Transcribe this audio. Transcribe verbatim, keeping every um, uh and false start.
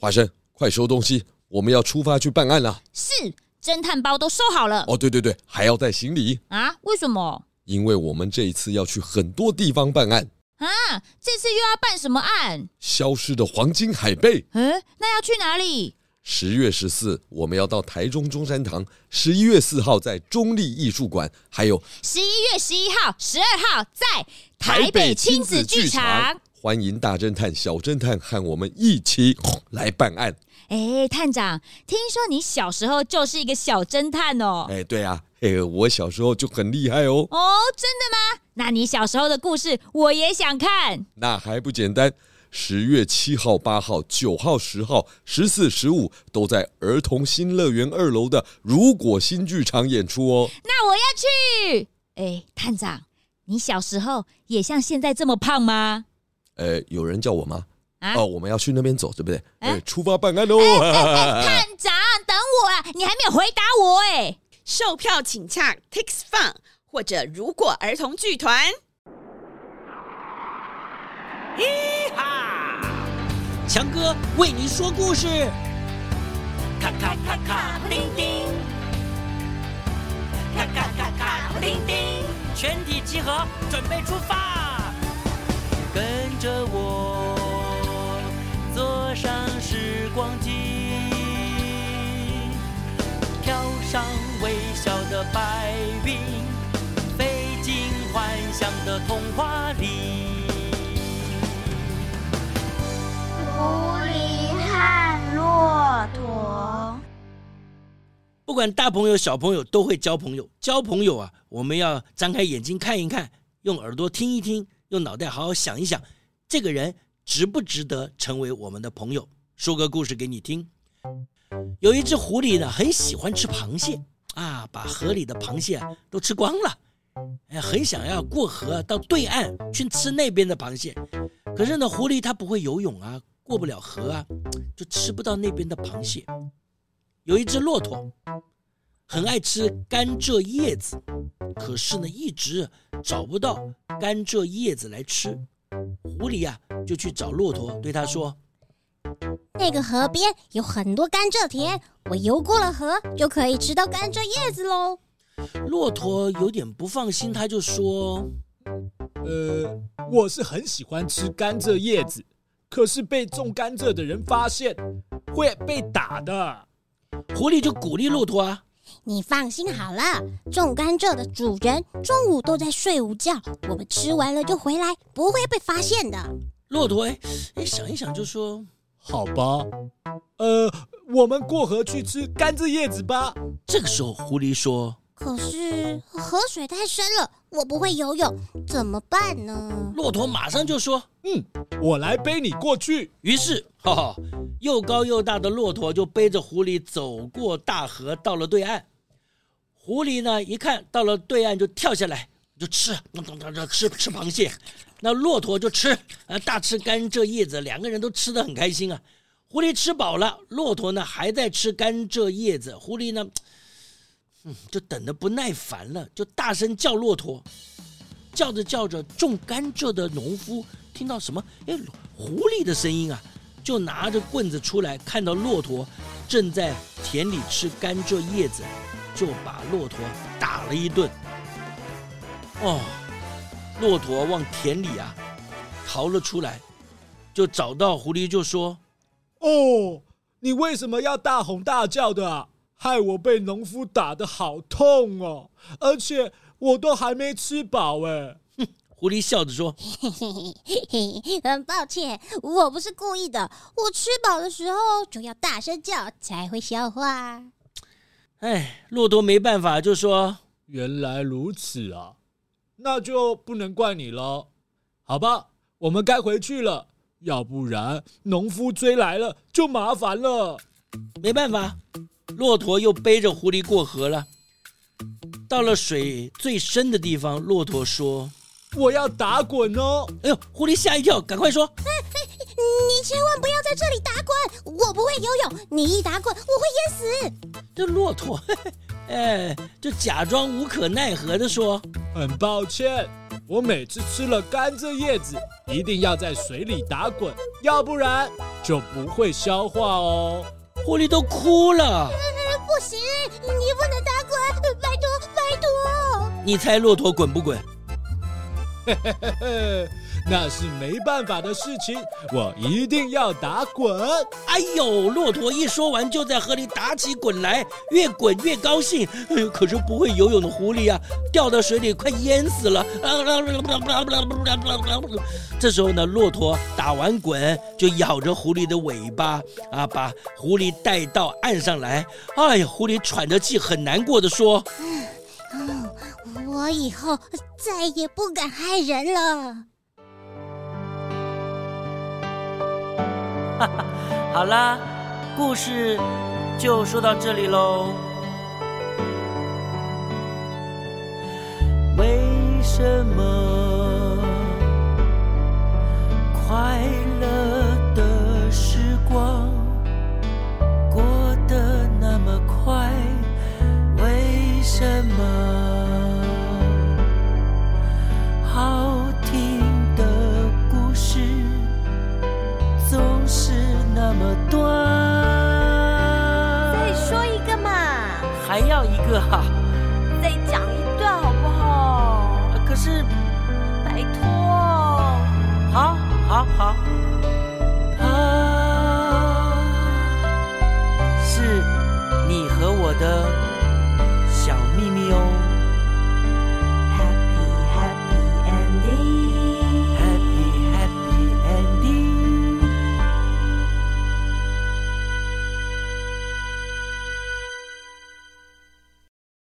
花生，快收东西，我们要出发去办案了。 是，侦探包都收好了。 哦，对对对，还要带行李啊？为什么？ 因为我们这一次要去很多地方办案啊！这次又要办什么案？ 消失的黄金海贝。 嗯，那要去哪里？ 十月十四，我们要到台中中山堂；十一月四号在中立艺术馆，还有十一月十一号、十二号在台北亲子剧场。 欢迎大侦探、小侦探和我们一起来办案。 哎，探长，听说你小时候就是一个小侦探哦。 哎，对啊，嘿，我小时候就很厉害哦。 哦，真的吗？那你小时候的故事我也想看。 那还不简单？十月七号、八号、九号、十号、十四、十五都在儿童新乐园二楼的如果新剧场演出哦。 那我要去。哎，探长，你小时候也像现在这么胖吗？ 呃，有人叫我吗？ 啊、 哦，我们要去那边走，对不对？哎、欸，出发办案喽！ 哎哎哎，探长，等我啊！你还没有回答我哎。 售票请洽 Tix Fun 或者如果儿童剧团。 嘿哈，强哥为你说故事。咔咔咔咔，布丁丁，咔咔咔咔，布丁丁，全体集合，准备出发。跟着我，坐上时光机，跳上微笑的白云，飞进幻想的童话里。 狐狸和骆驼。 不管大朋友小朋友都会交朋友，交朋友啊，我们要张开眼睛看一看，用耳朵听一听，用脑袋好好想一想，这个人值不值得成为我们的朋友。说个故事给你听。有一只狐狸呢，很喜欢吃螃蟹啊，把河里的螃蟹啊都吃光了，哎，很想要过河到对岸去吃那边的螃蟹。可是呢，狐狸它不会游泳啊，过不了河啊，就吃不到那边的螃蟹。有一只骆驼很爱吃甘蔗叶子，可是呢一直找不到甘蔗叶子来吃。狐狸啊就去找骆驼，对他说， 那个河边有很多甘蔗田，我游过了河就可以吃到甘蔗叶子咯。 骆驼有点不放心，他就说， 呃，我是很喜欢吃甘蔗叶子，可是被种甘蔗的人发现会被打的。 狐狸就鼓励骆驼啊， 你放心好了，种甘蔗的主人中午都在睡午觉，我们吃完了就回来，不会被发现的。 骆驼哎哎想一想就说， 好吧，呃，我们过河去吃甘蔗叶子吧。 这个时候狐狸说， 可是河水太深了，我不会游泳，怎么办呢？ 骆驼马上就说， 嗯，我来背你过去。 于是哈哈，又高又大的骆驼就背着狐狸走过大河，到了对岸。狐狸呢一看到了对岸就跳下来就吃吃吃螃蟹，那骆驼就吃大吃甘蔗叶子，两个人都吃得很开心啊。狐狸吃饱了，骆驼呢还在吃甘蔗叶子，狐狸呢嗯，就等得不耐烦了，就大声叫骆驼。叫着叫着，种甘蔗的农夫听到什么？哎，狐狸的声音啊，就拿着棍子出来，看到骆驼正在田里吃甘蔗叶子，就把骆驼打了一顿。哦，骆驼往田里啊逃了出来，就找到狐狸，就说：“ 哦，你为什么要大吼大叫的啊？害我被农夫打得好痛哦，而且我都还没吃饱哎。” 狐狸笑着说：“ 很抱歉，我不是故意的，我吃饱的时候就要大声叫才会消化。” 哎，骆驼没办法，就说：“ 原来如此啊，那就不能怪你了。好吧，我们该回去了，要不然农夫追来了就麻烦了。” 没办法，骆驼又背着狐狸过河了。到了水最深的地方，骆驼说：“ 我要打滚哦！” 哎呦，狐狸吓一跳，赶快说：“ 哎哎，你千万不要在这里打滚，我不会游泳，你一打滚我会淹死。” 这骆驼，哎，就假装无可奈何地说：“ 很抱歉， 我每次吃了甘蔗叶子，一定要在水里打滚，要不然就不会消化哦。 狐狸都哭了。 不行，你不能打滚，拜托拜托！ 你猜骆驼滚不滚？ 嘿嘿嘿嘿，那是没办法的事情，我一定要打滚。 哎呦，骆驼一说完就在河里打起滚来，越滚越高兴。哎呦，可是不会游泳的狐狸啊，掉到水里快淹死了。这时候呢，骆驼打完滚就咬着狐狸的尾巴啊，把狐狸带到岸上来。哎呀，狐狸喘着气，很难过的说：“ 嗯，我以后再也不敢害人了。” 哈哈，好啦，故事就说到这里喽。为什么快乐的时光过得那么快？为什么好听的故事总是那么短？ 再说一个嘛！ 还要一个啊？